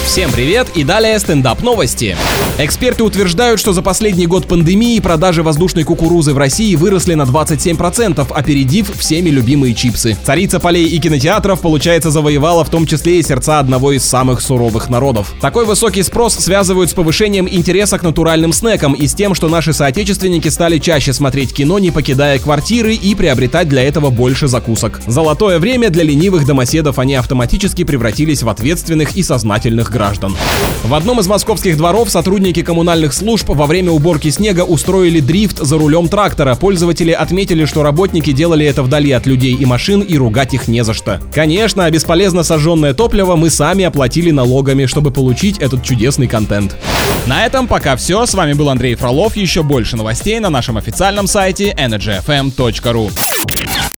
Всем привет и далее стендап-новости. Эксперты утверждают, что за последний год пандемии продажи воздушной кукурузы в России выросли на 27%, опередив всеми любимые чипсы. Царица полей и кинотеатров, получается, завоевала в том числе и сердца одного из самых суровых народов. Такой высокий спрос связывают с повышением интереса к натуральным снекам и с тем, что наши соотечественники стали чаще смотреть кино, не покидая квартиры, и приобретать для этого больше закусок. Золотое время для ленивых домоседов, они автоматически превратились в ответственных и сознательных граждан. В одном из московских дворов сотрудники коммунальных служб во время уборки снега устроили дрифт за рулем трактора. Пользователи отметили, что работники делали это вдали от людей и машин, и ругать их не за что. Конечно, а бесполезно сожженное топливо мы сами оплатили налогами, чтобы получить этот чудесный контент. На этом пока все. С вами был Андрей Фролов. Еще больше новостей на нашем официальном сайте energyfm.ru.